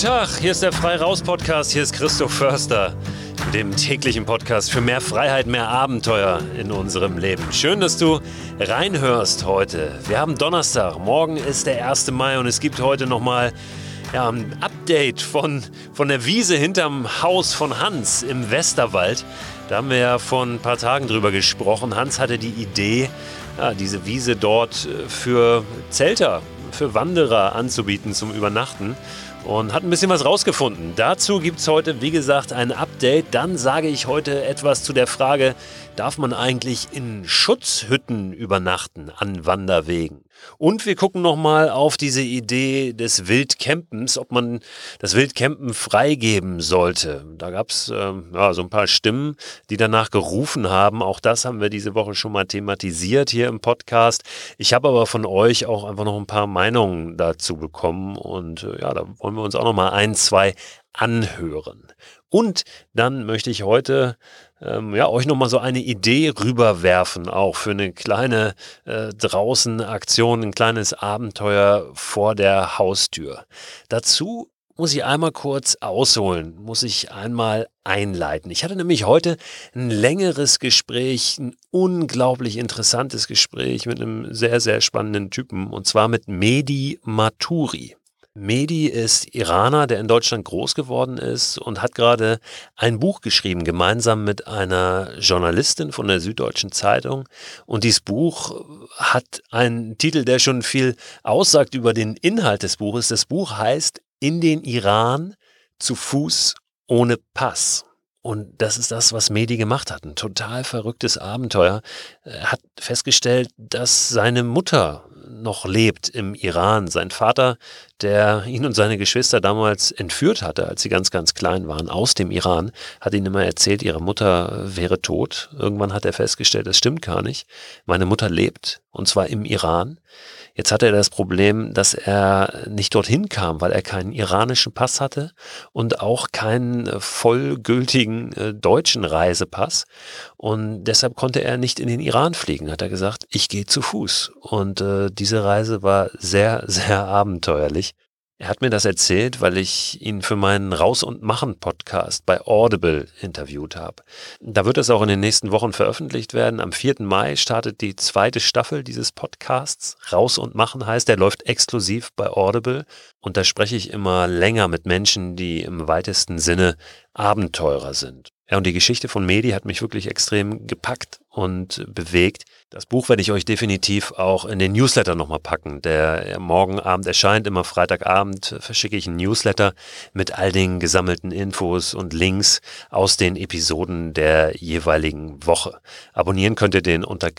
Tag, hier ist der Frei-Raus-Podcast, hier ist Christoph Förster mit dem täglichen Podcast für mehr Freiheit, mehr Abenteuer in unserem Leben. Schön, dass du reinhörst heute. Wir haben Donnerstag, morgen ist der 1. Mai und es gibt heute nochmal ein Update von der Wiese hinterm Haus von Hans im Westerwald. Da haben wir ja vor ein paar Tagen drüber gesprochen. Hans hatte die Idee, diese Wiese dort für Zelter, für Wanderer anzubieten zum Übernachten und hat ein bisschen was rausgefunden. Dazu gibt es heute, wie gesagt, ein Update. Dann sage ich heute etwas zu der Frage, darf man eigentlich in Schutzhütten übernachten an Wanderwegen? Und wir gucken nochmal auf diese Idee des Wildcampens, ob man das Wildcampen freigeben sollte. Da gab es so ein paar Stimmen, die danach gerufen haben. Auch das haben wir diese Woche schon mal thematisiert hier im Podcast. Ich habe aber von euch auch einfach noch ein paar Meinungen dazu bekommen. Und da wollen wir uns auch nochmal ein, zwei anhören. Und dann möchte ich heute euch nochmal so eine Idee rüberwerfen, auch für eine kleine draußen Aktion, ein kleines Abenteuer vor der Haustür. Dazu muss ich einmal kurz ausholen, muss ich einmal einleiten. Ich hatte nämlich heute ein längeres Gespräch, ein unglaublich interessantes Gespräch mit einem sehr, sehr spannenden Typen, und zwar mit Mehdi Maturi. Mehdi ist Iraner, der in Deutschland groß geworden ist und hat gerade ein Buch geschrieben, gemeinsam mit einer Journalistin von der Süddeutschen Zeitung. Und dieses Buch hat einen Titel, der schon viel aussagt über den Inhalt des Buches. Das Buch heißt In den Iran zu Fuß ohne Pass. Und das ist das, was Mehdi gemacht hat. Ein total verrücktes Abenteuer. Er hat festgestellt, dass seine Mutter noch lebt im Iran. Sein Vater, der ihn und seine Geschwister damals entführt hatte, als sie ganz, ganz klein waren, aus dem Iran, hat ihnen immer erzählt, ihre Mutter wäre tot. Irgendwann hat er festgestellt, das stimmt gar nicht. Meine Mutter lebt, und zwar im Iran. Jetzt hatte er das Problem, dass er nicht dorthin kam, weil er keinen iranischen Pass hatte und auch keinen vollgültigen deutschen Reisepass. Und deshalb konnte er nicht in den Iran fliegen, hat er gesagt, ich gehe zu Fuß. Und diese Reise war sehr, sehr abenteuerlich. Er hat mir das erzählt, weil ich ihn für meinen Raus- und Machen-Podcast bei Audible interviewt habe. Da wird es auch in den nächsten Wochen veröffentlicht werden. Am 4. Mai startet die 2. Staffel dieses Podcasts. Raus und Machen heißt, der läuft exklusiv bei Audible. Und da spreche ich immer länger mit Menschen, die im weitesten Sinne Abenteurer sind. Ja, und die Geschichte von Mehdi hat mich wirklich extrem gepackt und bewegt. Das Buch werde ich euch definitiv auch in den Newsletter nochmal packen, der morgen Abend erscheint. Immer Freitagabend verschicke ich einen Newsletter mit all den gesammelten Infos und Links aus den Episoden der jeweiligen Woche. Abonnieren könnt ihr den unter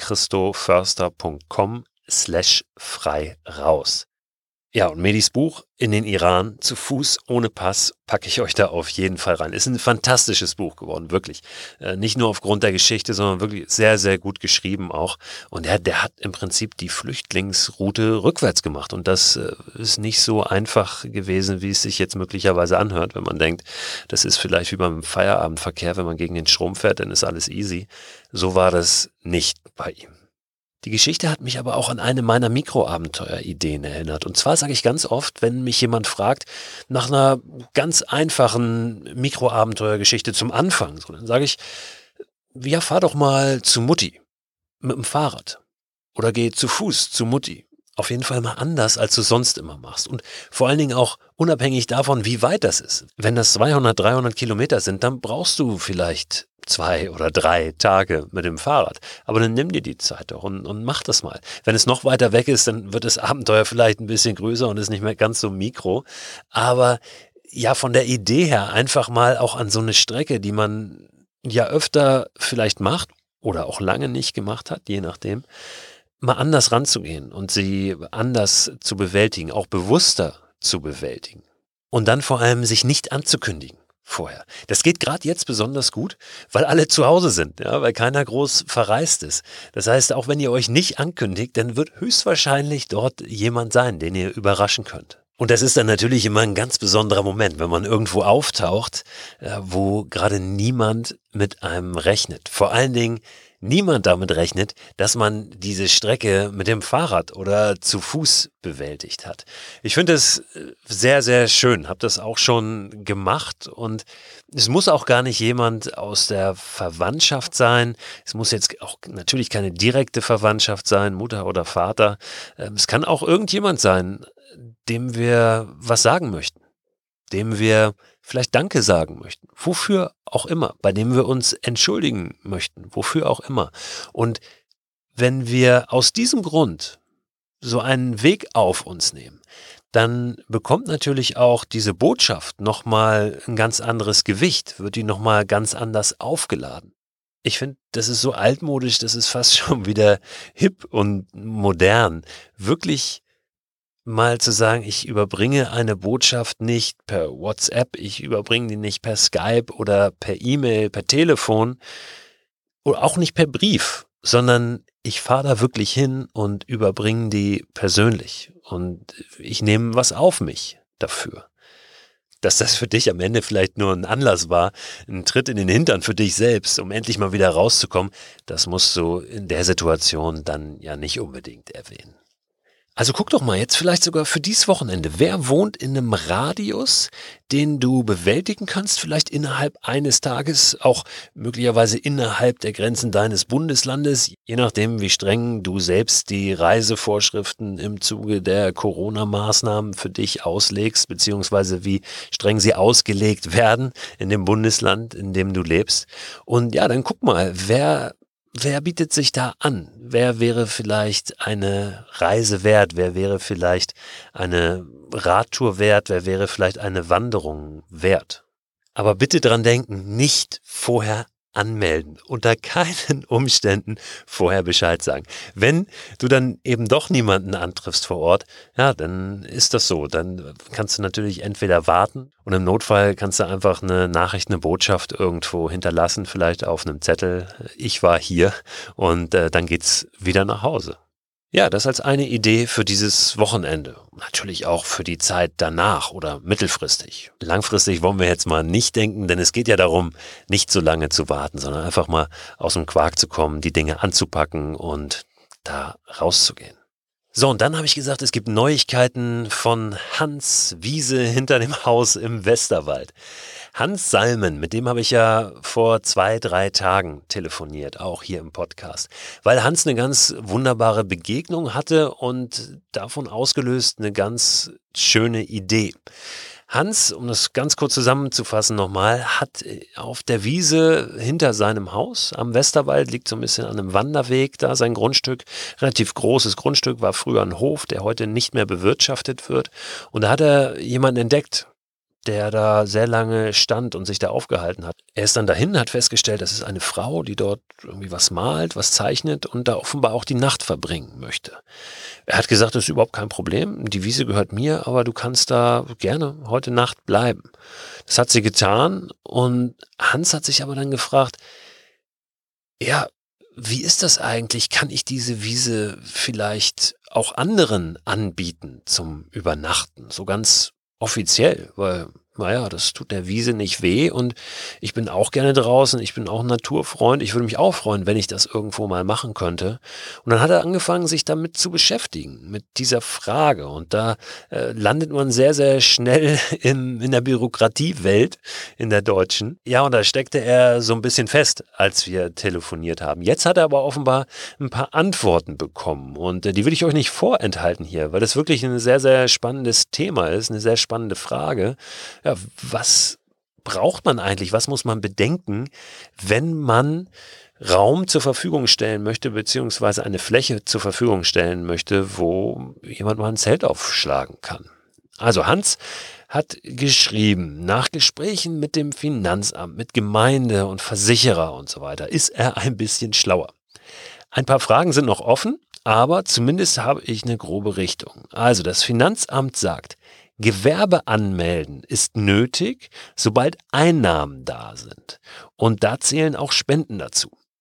christoförster.com/frei raus. Ja, und Mehdis Buch In den Iran zu Fuß ohne Pass packe ich euch da auf jeden Fall rein. Ist ein fantastisches Buch geworden, wirklich. Nicht nur aufgrund der Geschichte, sondern wirklich sehr, sehr gut geschrieben auch. Und der hat im Prinzip die Flüchtlingsroute rückwärts gemacht. Und das ist nicht so einfach gewesen, wie es sich jetzt möglicherweise anhört, wenn man denkt, das ist vielleicht wie beim Feierabendverkehr, wenn man gegen den Strom fährt, dann ist alles easy. So war das nicht bei ihm. Die Geschichte hat mich aber auch an eine meiner Mikroabenteuer-Ideen erinnert. Und zwar sage ich ganz oft, wenn mich jemand fragt nach einer ganz einfachen Mikroabenteuergeschichte zum Anfang, so, dann sage ich, ja, fahr doch mal zu Mutti mit dem Fahrrad oder geh zu Fuß zu Mutti. Auf jeden Fall mal anders, als du sonst immer machst. Und vor allen Dingen auch unabhängig davon, wie weit das ist. Wenn das 200, 300 Kilometer sind, dann brauchst du vielleicht 2 oder 3 Tage mit dem Fahrrad. Aber dann nimm dir die Zeit doch und mach das mal. Wenn es noch weiter weg ist, dann wird das Abenteuer vielleicht ein bisschen größer und ist nicht mehr ganz so mikro. Aber ja, von der Idee her einfach mal auch an so eine Strecke, die man ja öfter vielleicht macht oder auch lange nicht gemacht hat, je nachdem, mal anders ranzugehen und sie anders zu bewältigen, auch bewusster zu bewältigen. Und dann vor allem sich nicht anzukündigen vorher. Das geht gerade jetzt besonders gut, weil alle zu Hause sind, ja, weil keiner groß verreist ist. Das heißt, auch wenn ihr euch nicht ankündigt, dann wird höchstwahrscheinlich dort jemand sein, den ihr überraschen könnt. Und das ist dann natürlich immer ein ganz besonderer Moment, wenn man irgendwo auftaucht, wo gerade niemand mit einem rechnet. Vor allen Dingen niemand damit rechnet, dass man diese Strecke mit dem Fahrrad oder zu Fuß bewältigt hat. Ich finde es sehr, sehr schön, habe das auch schon gemacht und es muss auch gar nicht jemand aus der Verwandtschaft sein. Es muss jetzt auch natürlich keine direkte Verwandtschaft sein, Mutter oder Vater. Es kann auch irgendjemand sein, dem wir was sagen möchten, dem wir vielleicht Danke sagen möchten, wofür auch immer, bei dem wir uns entschuldigen möchten, wofür auch immer. Und wenn wir aus diesem Grund so einen Weg auf uns nehmen, dann bekommt natürlich auch diese Botschaft nochmal ein ganz anderes Gewicht, wird die nochmal ganz anders aufgeladen. Ich finde, das ist so altmodisch, das ist fast schon wieder hip und modern, wirklich mal zu sagen, ich überbringe eine Botschaft nicht per WhatsApp, ich überbringe die nicht per Skype oder per E-Mail, per Telefon oder auch nicht per Brief, sondern ich fahre da wirklich hin und überbringe die persönlich und ich nehme was auf mich dafür. Dass das für dich am Ende vielleicht nur ein Anlass war, ein Tritt in den Hintern für dich selbst, um endlich mal wieder rauszukommen, das musst du in der Situation dann ja nicht unbedingt erwähnen. Also guck doch mal jetzt vielleicht sogar für dieses Wochenende. Wer wohnt in einem Radius, den du bewältigen kannst, vielleicht innerhalb eines Tages, auch möglicherweise innerhalb der Grenzen deines Bundeslandes, je nachdem, wie streng du selbst die Reisevorschriften im Zuge der Corona-Maßnahmen für dich auslegst, beziehungsweise wie streng sie ausgelegt werden in dem Bundesland, in dem du lebst. Und ja, dann guck mal, Wer bietet sich da an? Wer wäre vielleicht eine Reise wert? Wer wäre vielleicht eine Radtour wert? Wer wäre vielleicht eine Wanderung wert? Aber bitte dran denken, nicht vorher anmelden. Unter keinen Umständen vorher Bescheid sagen. Wenn du dann eben doch niemanden antriffst vor Ort, ja, dann ist das so. Dann kannst du natürlich entweder warten und im Notfall kannst du einfach eine Nachricht, eine Botschaft irgendwo hinterlassen, vielleicht auf einem Zettel. Ich war hier und dann geht's wieder nach Hause. Ja, das als eine Idee für dieses Wochenende. Natürlich auch für die Zeit danach oder mittelfristig. Langfristig wollen wir jetzt mal nicht denken, denn es geht ja darum, nicht so lange zu warten, sondern einfach mal aus dem Quark zu kommen, die Dinge anzupacken und da rauszugehen. So, und dann habe ich gesagt, es gibt Neuigkeiten von Hans Wiese hinter dem Haus im Westerwald. Hans Salmen, mit dem habe ich ja vor 2, 3 Tagen telefoniert, auch hier im Podcast, weil Hans eine ganz wunderbare Begegnung hatte und davon ausgelöst eine ganz schöne Idee. Hans, um das ganz kurz zusammenzufassen nochmal, hat auf der Wiese hinter seinem Haus am Westerwald, liegt so ein bisschen an einem Wanderweg da, sein Grundstück, relativ großes Grundstück, war früher ein Hof, der heute nicht mehr bewirtschaftet wird. Und da hat er jemanden entdeckt, der da sehr lange stand und sich da aufgehalten hat. Er ist dann dahin, hat festgestellt, das ist eine Frau, die dort irgendwie was malt, was zeichnet und da offenbar auch die Nacht verbringen möchte. Er hat gesagt, das ist überhaupt kein Problem, die Wiese gehört mir, aber du kannst da gerne heute Nacht bleiben. Das hat sie getan und Hans hat sich aber dann gefragt, ja, wie ist das eigentlich? Kann ich diese Wiese vielleicht auch anderen anbieten zum Übernachten? So ganz offiziell, weil, naja, das tut der Wiese nicht weh und ich bin auch gerne draußen, ich bin auch ein Naturfreund, ich würde mich auch freuen, wenn ich das irgendwo mal machen könnte. Und dann hat er angefangen, sich damit zu beschäftigen, mit dieser Frage und da landet man sehr, sehr schnell in der Bürokratiewelt, in der deutschen. Ja, und da steckte er so ein bisschen fest, als wir telefoniert haben. Jetzt hat er aber offenbar ein paar Antworten bekommen und die will ich euch nicht vorenthalten hier, weil das wirklich ein sehr, sehr spannendes Thema ist, eine sehr spannende Frage. Ja, was braucht man eigentlich? Was muss man bedenken, wenn man Raum zur Verfügung stellen möchte, beziehungsweise eine Fläche zur Verfügung stellen möchte, wo jemand mal ein Zelt aufschlagen kann? Also Hans hat geschrieben, nach Gesprächen mit dem Finanzamt, mit Gemeinde und Versicherer und so weiter, ist er ein bisschen schlauer. Ein paar Fragen sind noch offen, aber zumindest habe ich eine grobe Richtung. Also das Finanzamt sagt, Gewerbe anmelden ist nötig, sobald Einnahmen da sind. Und da zählen auch Spenden dazu.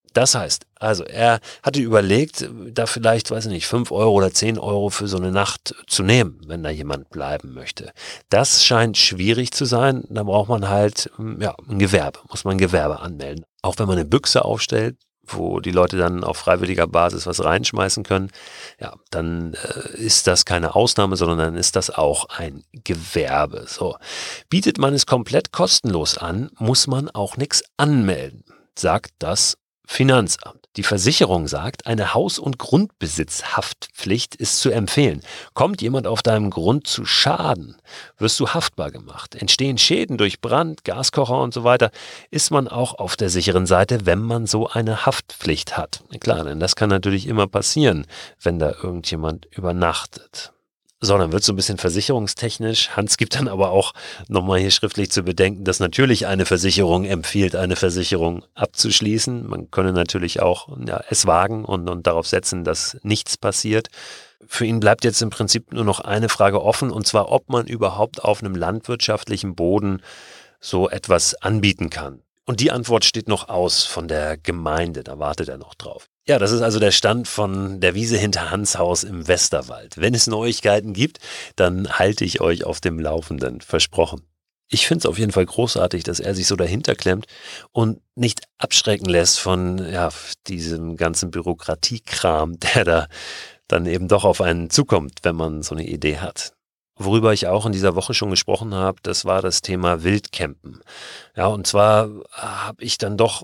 Das heißt, also er hatte überlegt, da vielleicht, weiß ich nicht, 5 Euro oder 10 Euro für so eine Nacht zu nehmen, wenn da jemand bleiben möchte. Das scheint schwierig zu sein. Da braucht man halt, ja, ein Gewerbe, muss man ein Gewerbe anmelden. Auch wenn man eine Büchse aufstellt, wo die Leute dann auf freiwilliger Basis was reinschmeißen können, ja, dann ist das keine Ausnahme, sondern dann ist das auch ein Gewerbe. So. Bietet man es komplett kostenlos an, muss man auch nichts anmelden, sagt das Finanzamt. Die Versicherung sagt, eine Haus- und Grundbesitzhaftpflicht ist zu empfehlen. Kommt jemand auf deinem Grund zu Schaden, wirst du haftbar gemacht. Entstehen Schäden durch Brand, Gaskocher und so weiter, ist man auch auf der sicheren Seite, wenn man so eine Haftpflicht hat. Klar, denn das kann natürlich immer passieren, wenn da irgendjemand übernachtet. So, dann wird es so ein bisschen versicherungstechnisch. Hans gibt dann aber auch nochmal hier schriftlich zu bedenken, dass natürlich eine Versicherung empfiehlt, eine Versicherung abzuschließen. Man könne natürlich auch es wagen und darauf setzen, dass nichts passiert. Für ihn bleibt jetzt im Prinzip nur noch eine Frage offen, und zwar, ob man überhaupt auf einem landwirtschaftlichen Boden so etwas anbieten kann. Und die Antwort steht noch aus von der Gemeinde, da wartet er noch drauf. Ja, das ist also der Stand von der Wiese hinter Hans Haus im Westerwald. Wenn es Neuigkeiten gibt, dann halte ich euch auf dem Laufenden, versprochen. Ich finde es auf jeden Fall großartig, dass er sich so dahinter klemmt und nicht abschrecken lässt von diesem ganzen Bürokratiekram, der da dann eben doch auf einen zukommt, wenn man so eine Idee hat. Worüber ich auch in dieser Woche schon gesprochen habe, das war das Thema Wildcampen. Ja, und zwar habe ich dann doch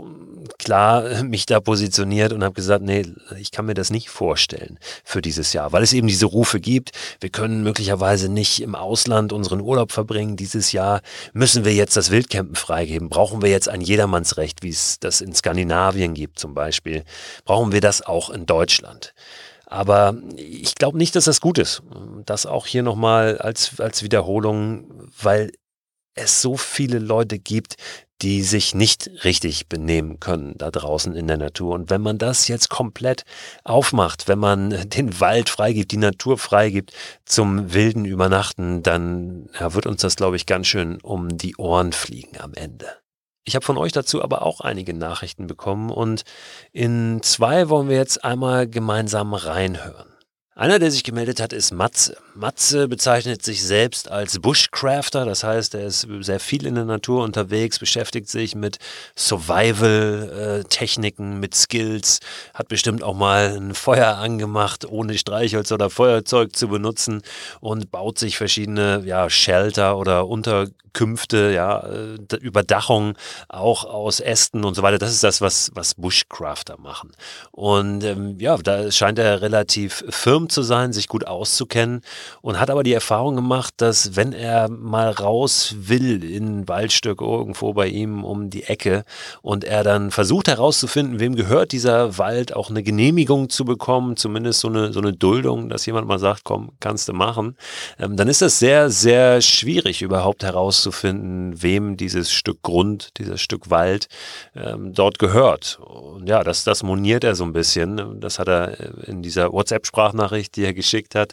klar mich da positioniert und habe gesagt, nee, ich kann mir das nicht vorstellen für dieses Jahr, weil es eben diese Rufe gibt. Wir können möglicherweise nicht im Ausland unseren Urlaub verbringen. Dieses Jahr müssen wir jetzt das Wildcampen freigeben. Brauchen wir jetzt ein Jedermannsrecht, wie es das in Skandinavien gibt zum Beispiel. Brauchen wir das auch in Deutschland? Aber ich glaube nicht, dass das gut ist. Das auch hier nochmal als Wiederholung, weil es so viele Leute gibt, die sich nicht richtig benehmen können da draußen in der Natur. Und wenn man das jetzt komplett aufmacht, wenn man den Wald freigibt, die Natur freigibt zum wilden Übernachten, dann wird uns das, glaube ich, ganz schön um die Ohren fliegen am Ende. Ich habe von euch dazu aber auch einige Nachrichten bekommen und in 2 wollen wir jetzt einmal gemeinsam reinhören. Einer, der sich gemeldet hat, ist Matze. Matze bezeichnet sich selbst als Bushcrafter, das heißt, er ist sehr viel in der Natur unterwegs, beschäftigt sich mit Survival-Techniken, mit Skills, hat bestimmt auch mal ein Feuer angemacht, ohne Streichholz oder Feuerzeug zu benutzen und baut sich verschiedene Shelter oder Unterkünfte, Überdachung auch aus Ästen und so weiter. Das ist das, was Bushcrafter machen. Und da scheint er relativ firm zu sein, sich gut auszukennen und hat aber die Erfahrung gemacht, dass wenn er mal raus will in ein Waldstück irgendwo bei ihm um die Ecke und er dann versucht herauszufinden, wem gehört dieser Wald, auch eine Genehmigung zu bekommen, zumindest so eine Duldung, dass jemand mal sagt, komm, kannst du machen, dann ist das sehr, sehr schwierig überhaupt herauszufinden, wem dieses Stück Grund, dieses Stück Wald dort gehört. Und ja, das moniert er so ein bisschen. Das hat er in dieser WhatsApp-Sprachnachricht, die er geschickt hat,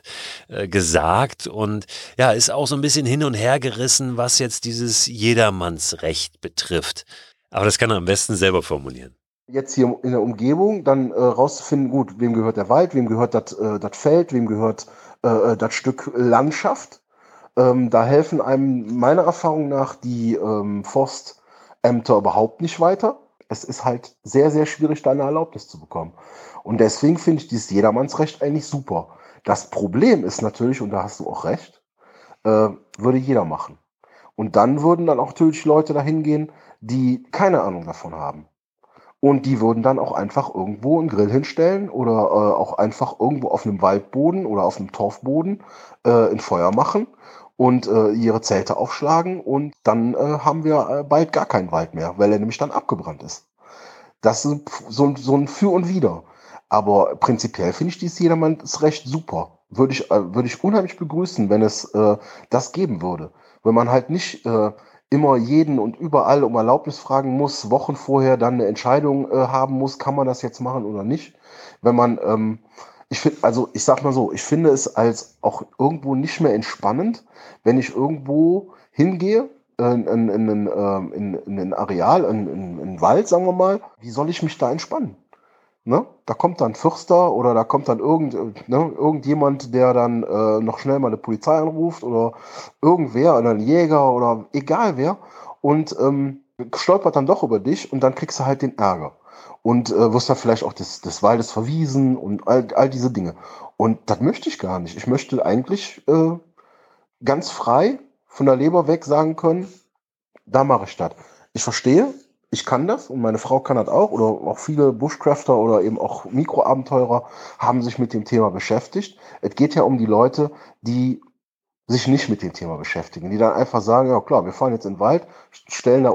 gesagt und ist auch so ein bisschen hin und her gerissen, was jetzt dieses Jedermannsrecht betrifft. Aber das kann er am besten selber formulieren. Jetzt hier in der Umgebung dann rauszufinden, gut, wem gehört der Wald, wem gehört das Feld, wem gehört das Stück Landschaft. Da helfen einem meiner Erfahrung nach die Forstämter überhaupt nicht weiter. Es ist halt sehr, sehr schwierig, da eine Erlaubnis zu bekommen. Und deswegen finde ich dieses Jedermannsrecht eigentlich super. Das Problem ist natürlich, und da hast du auch recht, würde jeder machen. Und dann würden dann auch natürlich Leute dahin gehen, die keine Ahnung davon haben. Und die würden dann auch einfach irgendwo einen Grill hinstellen oder auch einfach irgendwo auf einem Waldboden oder auf einem Torfboden ein Feuer machen und ihre Zelte aufschlagen. Und dann haben wir bald gar keinen Wald mehr, weil er nämlich dann abgebrannt ist. Das ist so ein Für und Wider. Aber prinzipiell finde ich dieses Jedermannsrecht super. Würde ich unheimlich begrüßen, wenn es das geben würde. Wenn man halt nicht immer jeden und überall um Erlaubnis fragen muss, Wochen vorher dann eine Entscheidung haben muss, kann man das jetzt machen oder nicht. Wenn man, ich sag mal so, ich finde es als auch irgendwo nicht mehr entspannend, wenn ich irgendwo hingehe, in ein Areal, in einen Wald, sagen wir mal, wie soll ich mich da entspannen? Ne? Da kommt dann Förster oder da kommt dann irgendjemand, der dann noch schnell mal eine Polizei anruft oder irgendwer oder ein Jäger oder egal wer und stolpert dann doch über dich und dann kriegst du halt den Ärger und wirst dann vielleicht auch des Waldes verwiesen und all diese Dinge. Und das möchte ich gar nicht. Ich möchte eigentlich ganz frei von der Leber weg sagen können, da mache ich das. Ich verstehe, ich kann das und meine Frau kann das auch oder auch viele Bushcrafter oder eben auch Mikroabenteurer haben sich mit dem Thema beschäftigt. Es geht ja um die Leute, die sich nicht mit dem Thema beschäftigen, die dann einfach sagen, ja klar, wir fahren jetzt in den Wald, stellen da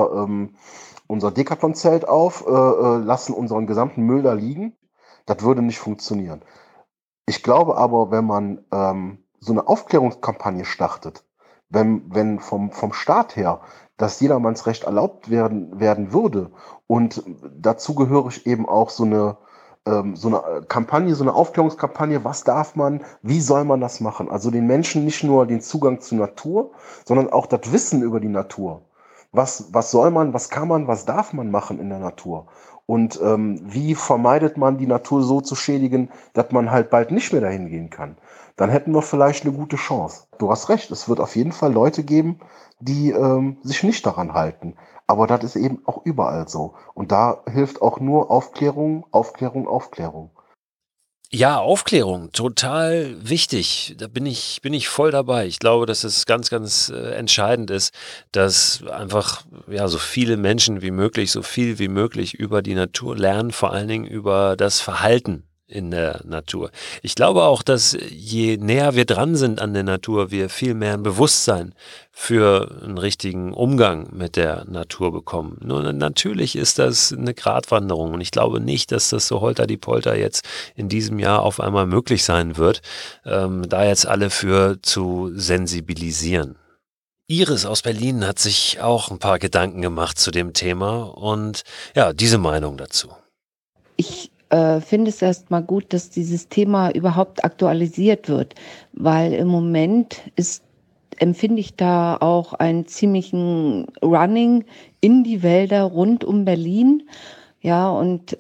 unser Decathlon-Zelt auf, lassen unseren gesamten Müll da liegen. Das würde nicht funktionieren. Ich glaube aber, wenn man so eine Aufklärungskampagne startet, wenn vom Staat her das Jedermannsrecht erlaubt werden würde und dazu gehöre ich eben auch so eine Kampagne, so eine Aufklärungskampagne, was darf man, wie soll man das machen? Also den Menschen nicht nur den Zugang zur Natur, sondern auch das Wissen über die Natur. Was soll man, was kann man, was darf man machen in der Natur? Und wie vermeidet man, die Natur so zu schädigen, dass man halt bald nicht mehr dahin gehen kann? Dann hätten wir vielleicht eine gute Chance. Du hast recht, es wird auf jeden Fall Leute geben, die sich nicht daran halten. Aber das ist eben auch überall so. Und da hilft auch nur Aufklärung, Aufklärung, Aufklärung. Ja, Aufklärung, total wichtig. Da bin ich voll dabei. Ich glaube, dass es ganz, ganz entscheidend ist, dass einfach ja so viele Menschen wie möglich, so viel wie möglich über die Natur lernen, vor allen Dingen über das Verhalten in der Natur. Ich glaube auch, dass je näher wir dran sind an der Natur, wir viel mehr ein Bewusstsein für einen richtigen Umgang mit der Natur bekommen. Nur natürlich ist das eine Gratwanderung und ich glaube nicht, dass das so holter die Polter jetzt in diesem Jahr auf einmal möglich sein wird, da jetzt alle für zu sensibilisieren. Iris aus Berlin hat sich auch ein paar Gedanken gemacht zu dem Thema und ja, diese Meinung dazu. Ich finde es erstmal gut, dass dieses Thema überhaupt aktualisiert wird, weil im Moment empfinde ich da auch einen ziemlichen Running in die Wälder rund um Berlin. Ja, und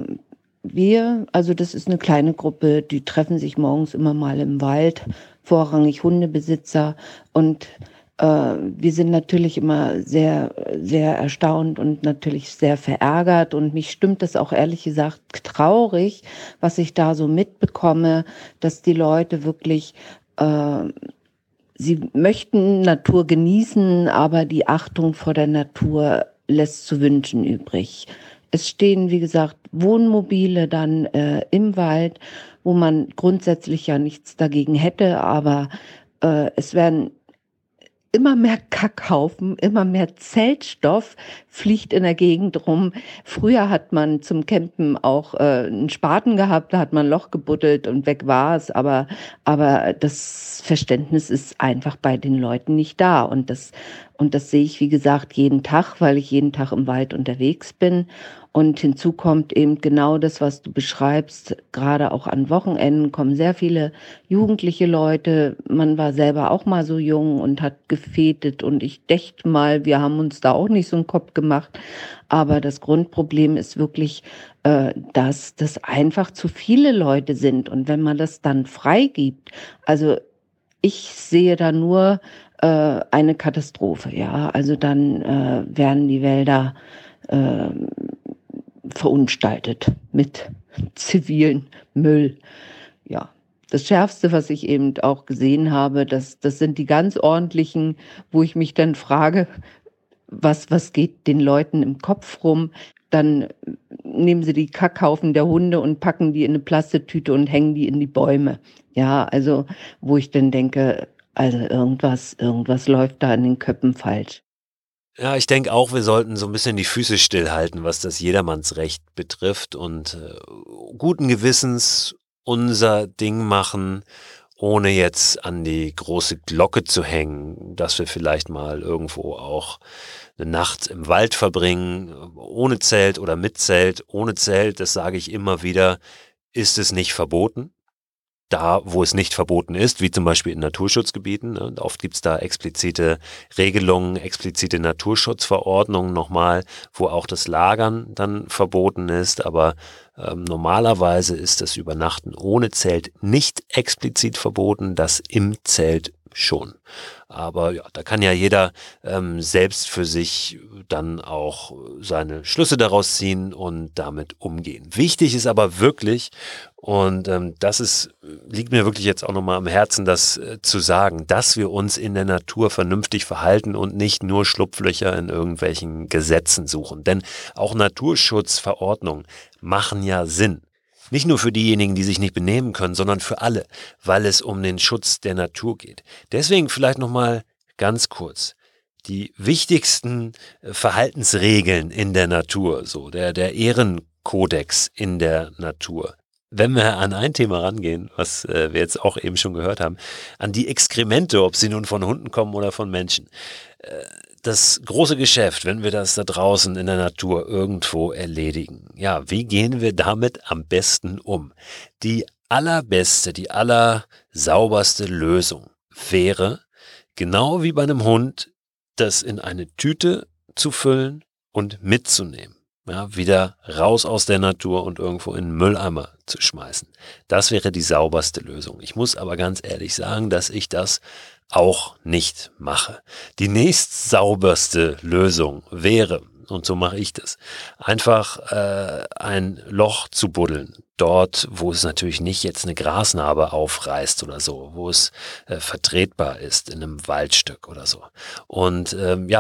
also das ist eine kleine Gruppe, die treffen sich morgens immer mal im Wald, vorrangig Hundebesitzer und wir sind natürlich immer sehr, sehr erstaunt und natürlich sehr verärgert und mich stimmt das auch ehrlich gesagt traurig, was ich da so mitbekomme, dass die Leute wirklich, sie möchten Natur genießen, aber die Achtung vor der Natur lässt zu wünschen übrig. Es stehen, wie gesagt, Wohnmobile dann im Wald, wo man grundsätzlich ja nichts dagegen hätte, aber es werden immer mehr Kackhaufen, immer mehr Zeltstoff fliegt in der Gegend rum. Früher hat man zum Campen auch einen Spaten gehabt, da hat man ein Loch gebuddelt und weg war es. Aber das Verständnis ist einfach bei den Leuten nicht da. Und das sehe ich, wie gesagt, jeden Tag, weil ich jeden Tag im Wald unterwegs bin. Und hinzu kommt eben genau das, was du beschreibst. Gerade auch an Wochenenden kommen sehr viele jugendliche Leute. Man war selber auch mal so jung und hat gefetet. Und ich dächte mal, wir haben uns da auch nicht so einen Kopf gemacht. Aber das Grundproblem ist wirklich, dass das einfach zu viele Leute sind. Und wenn man das dann freigibt, also ich sehe da nur eine Katastrophe. Ja, also dann werden die Wälder verunstaltet mit zivilen Müll. Ja, das Schärfste, was ich eben auch gesehen habe, das sind die ganz ordentlichen, wo ich mich dann frage, was geht den Leuten im Kopf rum? Dann nehmen sie die Kackhaufen der Hunde und packen die in eine Plastiktüte und hängen die in die Bäume. Ja, also wo ich dann denke, also irgendwas läuft da in den Köpfen falsch. Ja, ich denke auch, wir sollten so ein bisschen die Füße stillhalten, was das Jedermannsrecht betrifft und guten Gewissens unser Ding machen, ohne jetzt an die große Glocke zu hängen, dass wir vielleicht mal irgendwo auch eine Nacht im Wald verbringen, ohne Zelt oder mit Zelt. Ohne Zelt, das sage ich immer wieder, ist es nicht verboten. da, wo es nicht verboten ist, wie zum Beispiel in Naturschutzgebieten. Ne? Oft gibt es da explizite Regelungen, explizite Naturschutzverordnungen nochmal, wo auch das Lagern dann verboten ist. Aber normalerweise ist das Übernachten ohne Zelt nicht explizit verboten, das im Zelt schon. Aber ja, da kann ja jeder selbst für sich dann auch seine Schlüsse daraus ziehen und damit umgehen. Wichtig ist aber wirklich, und liegt mir wirklich jetzt auch nochmal am Herzen, das zu sagen, dass wir uns in der Natur vernünftig verhalten und nicht nur Schlupflöcher in irgendwelchen Gesetzen suchen. Denn auch Naturschutzverordnungen machen ja Sinn. Nicht nur für diejenigen, die sich nicht benehmen können, sondern für alle, weil es um den Schutz der Natur geht. Deswegen vielleicht nochmal ganz kurz. Die wichtigsten Verhaltensregeln in der Natur, so der Ehrenkodex in der Natur. Wenn wir an ein Thema rangehen, was wir jetzt auch eben schon gehört haben, an die Exkremente, ob sie nun von Hunden kommen oder von Menschen. Das große Geschäft, wenn wir das da draußen in der Natur irgendwo erledigen, ja, wie gehen wir damit am besten um? Die allerbeste, die allersauberste Lösung wäre, genau wie bei einem Hund, das in eine Tüte zu füllen und mitzunehmen. Ja, wieder raus aus der Natur und irgendwo in den Mülleimer zu schmeißen. Das wäre die sauberste Lösung. Ich muss aber ganz ehrlich sagen, dass ich das auch nicht mache. Die nächstsauberste Lösung wäre, und so mache ich das, einfach ein Loch zu buddeln. Dort, wo es natürlich nicht jetzt eine Grasnarbe aufreißt oder so, wo es vertretbar ist in einem Waldstück oder so. Und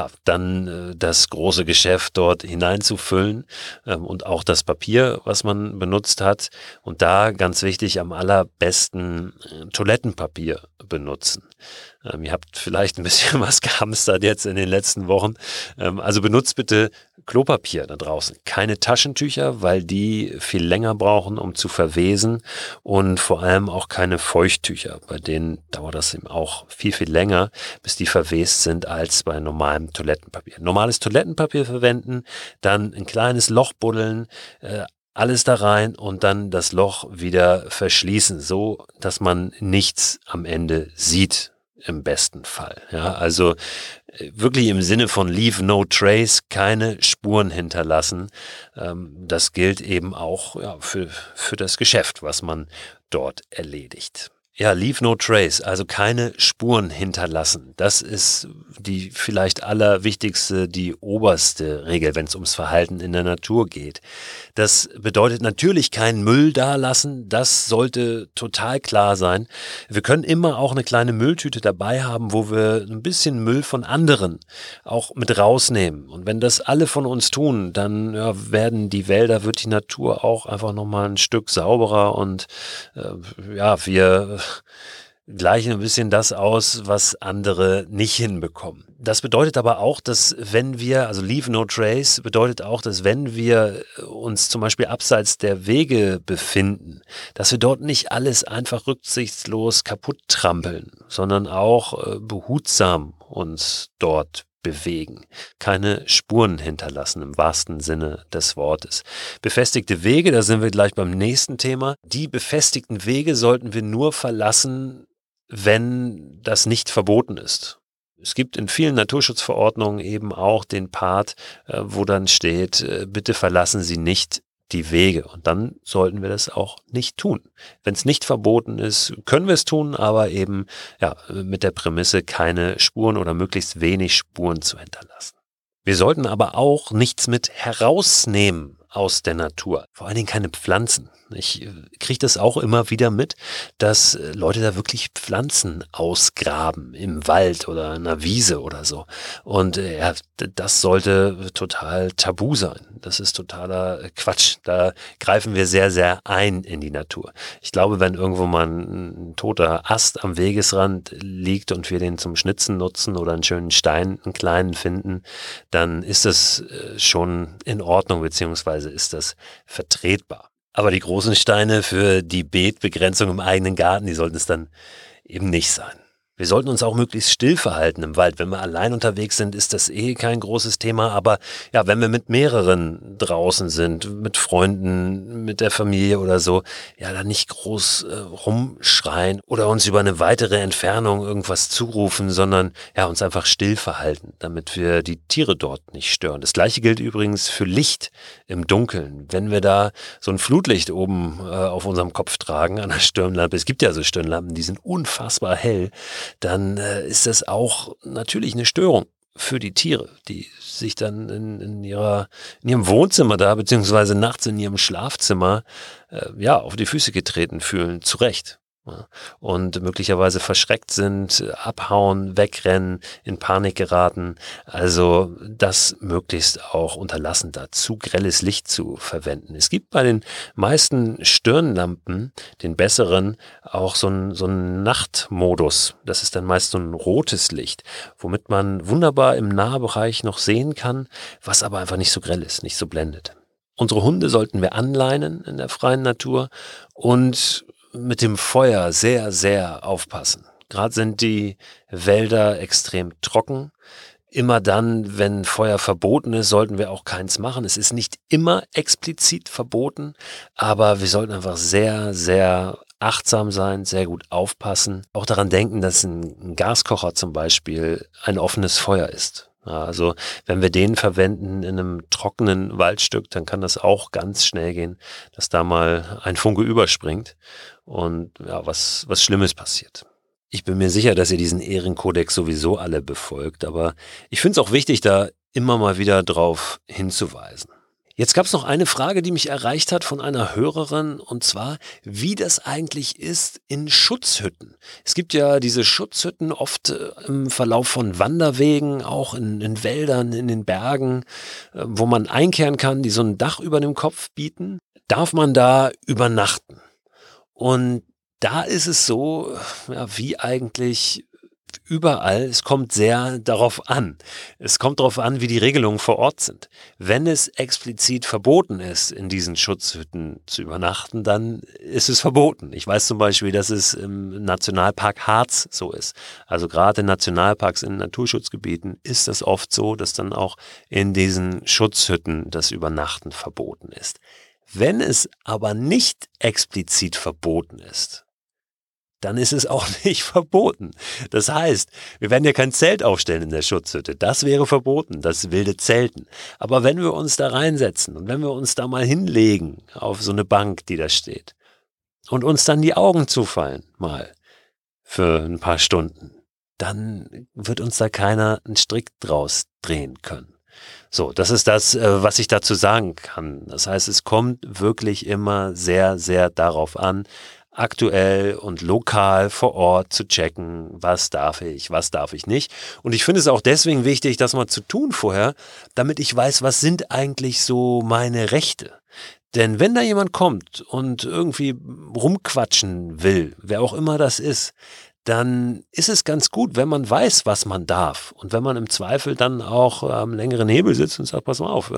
dann das große Geschäft dort hineinzufüllen und auch das Papier, was man benutzt hat. Und da, ganz wichtig, am allerbesten Toilettenpapier benutzen. Ihr habt vielleicht ein bisschen was gehamstert jetzt in den letzten Wochen. Also benutzt bitte Klopapier da draußen. Keine Taschentücher, weil die viel länger brauchen, um zu verwesen, und vor allem auch keine Feuchttücher. Bei denen dauert das eben auch viel, viel länger, bis die verwest sind, als bei normalem Toilettenpapier. Normales Toilettenpapier verwenden, dann ein kleines Loch buddeln, alles da rein und dann das Loch wieder verschließen, so dass man nichts am Ende sieht. Im besten Fall. Ja, also wirklich im Sinne von Leave no trace, keine Spuren hinterlassen. Das gilt eben auch für das Geschäft, was man dort erledigt. Ja, Leave no trace, also keine Spuren hinterlassen. Das ist die vielleicht allerwichtigste, die oberste Regel, wenn es ums Verhalten in der Natur geht. Das bedeutet natürlich keinen Müll dalassen, das sollte total klar sein. Wir können immer auch eine kleine Mülltüte dabei haben, wo wir ein bisschen Müll von anderen auch mit rausnehmen. Und wenn das alle von uns tun, dann wird die Natur auch einfach nochmal ein Stück sauberer und wir gleichen ein bisschen das aus, was andere nicht hinbekommen. Das bedeutet aber auch, dass Leave no trace bedeutet auch, dass wenn wir uns zum Beispiel abseits der Wege befinden, dass wir dort nicht alles einfach rücksichtslos kaputt trampeln, sondern auch behutsam uns dort bewegen. Keine Spuren hinterlassen im wahrsten Sinne des Wortes. Befestigte Wege, da sind wir gleich beim nächsten Thema. Die befestigten Wege sollten wir nur verlassen, wenn das nicht verboten ist. Es gibt in vielen Naturschutzverordnungen eben auch den Part, wo dann steht, bitte verlassen Sie nicht die Wege. Und dann sollten wir das auch nicht tun. Wenn es nicht verboten ist, können wir es tun, aber eben mit der Prämisse, keine Spuren oder möglichst wenig Spuren zu hinterlassen. Wir sollten aber auch nichts mit herausnehmen aus der Natur. Vor allen Dingen keine Pflanzen. Ich kriege das auch immer wieder mit, dass Leute da wirklich Pflanzen ausgraben im Wald oder in einer Wiese oder so. Und das sollte total tabu sein. Das ist totaler Quatsch. Da greifen wir sehr, sehr ein in die Natur. Ich glaube, wenn irgendwo mal ein toter Ast am Wegesrand liegt und wir den zum Schnitzen nutzen oder einen schönen Stein, einen kleinen finden, dann ist das schon in Ordnung, beziehungsweise ist das vertretbar. Aber die großen Steine für die Beetbegrenzung im eigenen Garten, die sollten es dann eben nicht sein. Wir sollten uns auch möglichst still verhalten im Wald. Wenn wir allein unterwegs sind, ist das kein großes Thema. Aber ja, wenn wir mit mehreren draußen sind, mit Freunden, mit der Familie oder so, ja, dann nicht groß rumschreien oder uns über eine weitere Entfernung irgendwas zurufen, sondern ja, uns einfach still verhalten, damit wir die Tiere dort nicht stören. Das Gleiche gilt übrigens für Licht im Dunkeln. Wenn wir da so ein Flutlicht oben auf unserem Kopf tragen, an der Stirnlampe, es gibt ja so Stirnlampen, die sind unfassbar hell, dann ist das auch natürlich eine Störung für die Tiere, die sich dann in ihrem Wohnzimmer da, beziehungsweise nachts in ihrem Schlafzimmer, auf die Füße getreten fühlen, zu Recht. Ja, und möglicherweise verschreckt sind, abhauen, wegrennen, in Panik geraten. Also das möglichst auch unterlassen, da zu grelles Licht zu verwenden. Es gibt bei den meisten Stirnlampen, den besseren, auch so einen Nachtmodus. Das ist dann meist so ein rotes Licht, womit man wunderbar im Nahbereich noch sehen kann, was aber einfach nicht so grell ist, nicht so blendet. Unsere Hunde sollten wir anleinen in der freien Natur und mit dem Feuer sehr, sehr aufpassen. Gerade sind die Wälder extrem trocken. Immer dann, wenn Feuer verboten ist, sollten wir auch keins machen. Es ist nicht immer explizit verboten, aber wir sollten einfach sehr, sehr achtsam sein, sehr gut aufpassen. Auch daran denken, dass ein Gaskocher zum Beispiel ein offenes Feuer ist. Ja, also wenn wir den verwenden in einem trockenen Waldstück, dann kann das auch ganz schnell gehen, dass da mal ein Funke überspringt und ja, was Schlimmes passiert. Ich bin mir sicher, dass ihr diesen Ehrenkodex sowieso alle befolgt, aber ich finde es auch wichtig, da immer mal wieder drauf hinzuweisen. Jetzt gab es noch eine Frage, die mich erreicht hat von einer Hörerin, und zwar, wie das eigentlich ist in Schutzhütten. Es gibt ja diese Schutzhütten oft im Verlauf von Wanderwegen, auch in Wäldern, in den Bergen, wo man einkehren kann, die so ein Dach über dem Kopf bieten. Darf man da übernachten? Und da ist es so, ja, wie eigentlich überall, es kommt sehr darauf an. Es kommt darauf an, wie die Regelungen vor Ort sind. Wenn es explizit verboten ist, in diesen Schutzhütten zu übernachten, dann ist es verboten. Ich weiß zum Beispiel, dass es im Nationalpark Harz so ist. Also gerade in Nationalparks, in Naturschutzgebieten ist es oft so, dass dann auch in diesen Schutzhütten das Übernachten verboten ist. Wenn es aber nicht explizit verboten ist, dann ist es auch nicht verboten. Das heißt, wir werden ja kein Zelt aufstellen in der Schutzhütte. Das wäre verboten, das wilde Zelten. Aber wenn wir uns da reinsetzen und wenn wir uns da mal hinlegen auf so eine Bank, die da steht, und uns dann die Augen zufallen, mal für ein paar Stunden, dann wird uns da keiner einen Strick draus drehen können. So, das ist das, was ich dazu sagen kann. Das heißt, es kommt wirklich immer sehr, sehr darauf an, aktuell und lokal vor Ort zu checken, was darf ich nicht. Und ich finde es auch deswegen wichtig, das mal zu tun vorher, damit ich weiß, was sind eigentlich so meine Rechte. Denn wenn da jemand kommt und irgendwie rumquatschen will, wer auch immer das ist, dann ist es ganz gut, wenn man weiß, was man darf. Und wenn man im Zweifel dann auch am längeren Hebel sitzt und sagt, pass mal auf,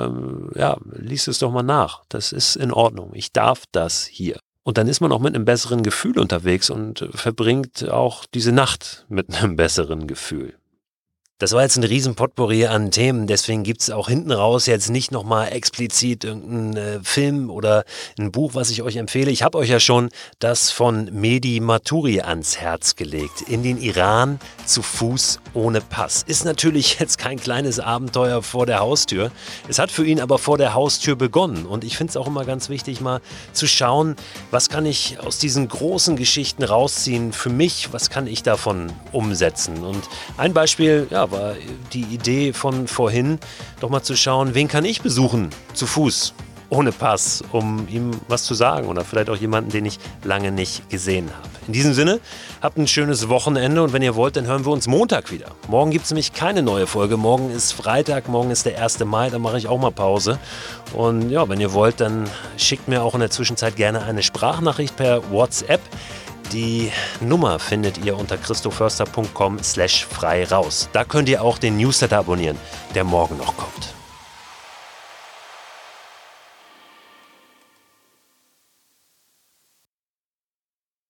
lies es doch mal nach. Das ist in Ordnung. Ich darf das hier. Und dann ist man auch mit einem besseren Gefühl unterwegs und verbringt auch diese Nacht mit einem besseren Gefühl. Das war jetzt ein riesen Potpourri an Themen, deswegen gibt es auch hinten raus jetzt nicht nochmal explizit irgendeinen Film oder ein Buch, was ich euch empfehle. Ich habe euch ja schon das von Mehdi Maturi ans Herz gelegt. In den Iran zu Fuß ohne Pass. Ist natürlich jetzt kein kleines Abenteuer vor der Haustür. Es hat für ihn aber vor der Haustür begonnen. Und ich finde es auch immer ganz wichtig, mal zu schauen, was kann ich aus diesen großen Geschichten rausziehen für mich, was kann ich davon umsetzen. Und ein Beispiel, war die Idee von vorhin, doch mal zu schauen, wen kann ich besuchen, zu Fuß, ohne Pass, um ihm was zu sagen oder vielleicht auch jemanden, den ich lange nicht gesehen habe. In diesem Sinne, habt ein schönes Wochenende und wenn ihr wollt, dann hören wir uns Montag wieder. Morgen gibt es nämlich keine neue Folge, morgen ist Freitag, morgen ist der 1. Mai, da mache ich auch mal Pause. Und ja, wenn ihr wollt, dann schickt mir auch in der Zwischenzeit gerne eine Sprachnachricht per WhatsApp. Die Nummer findet ihr unter christoförster.com/frei raus. Da könnt ihr auch den Newsletter abonnieren, der morgen noch kommt.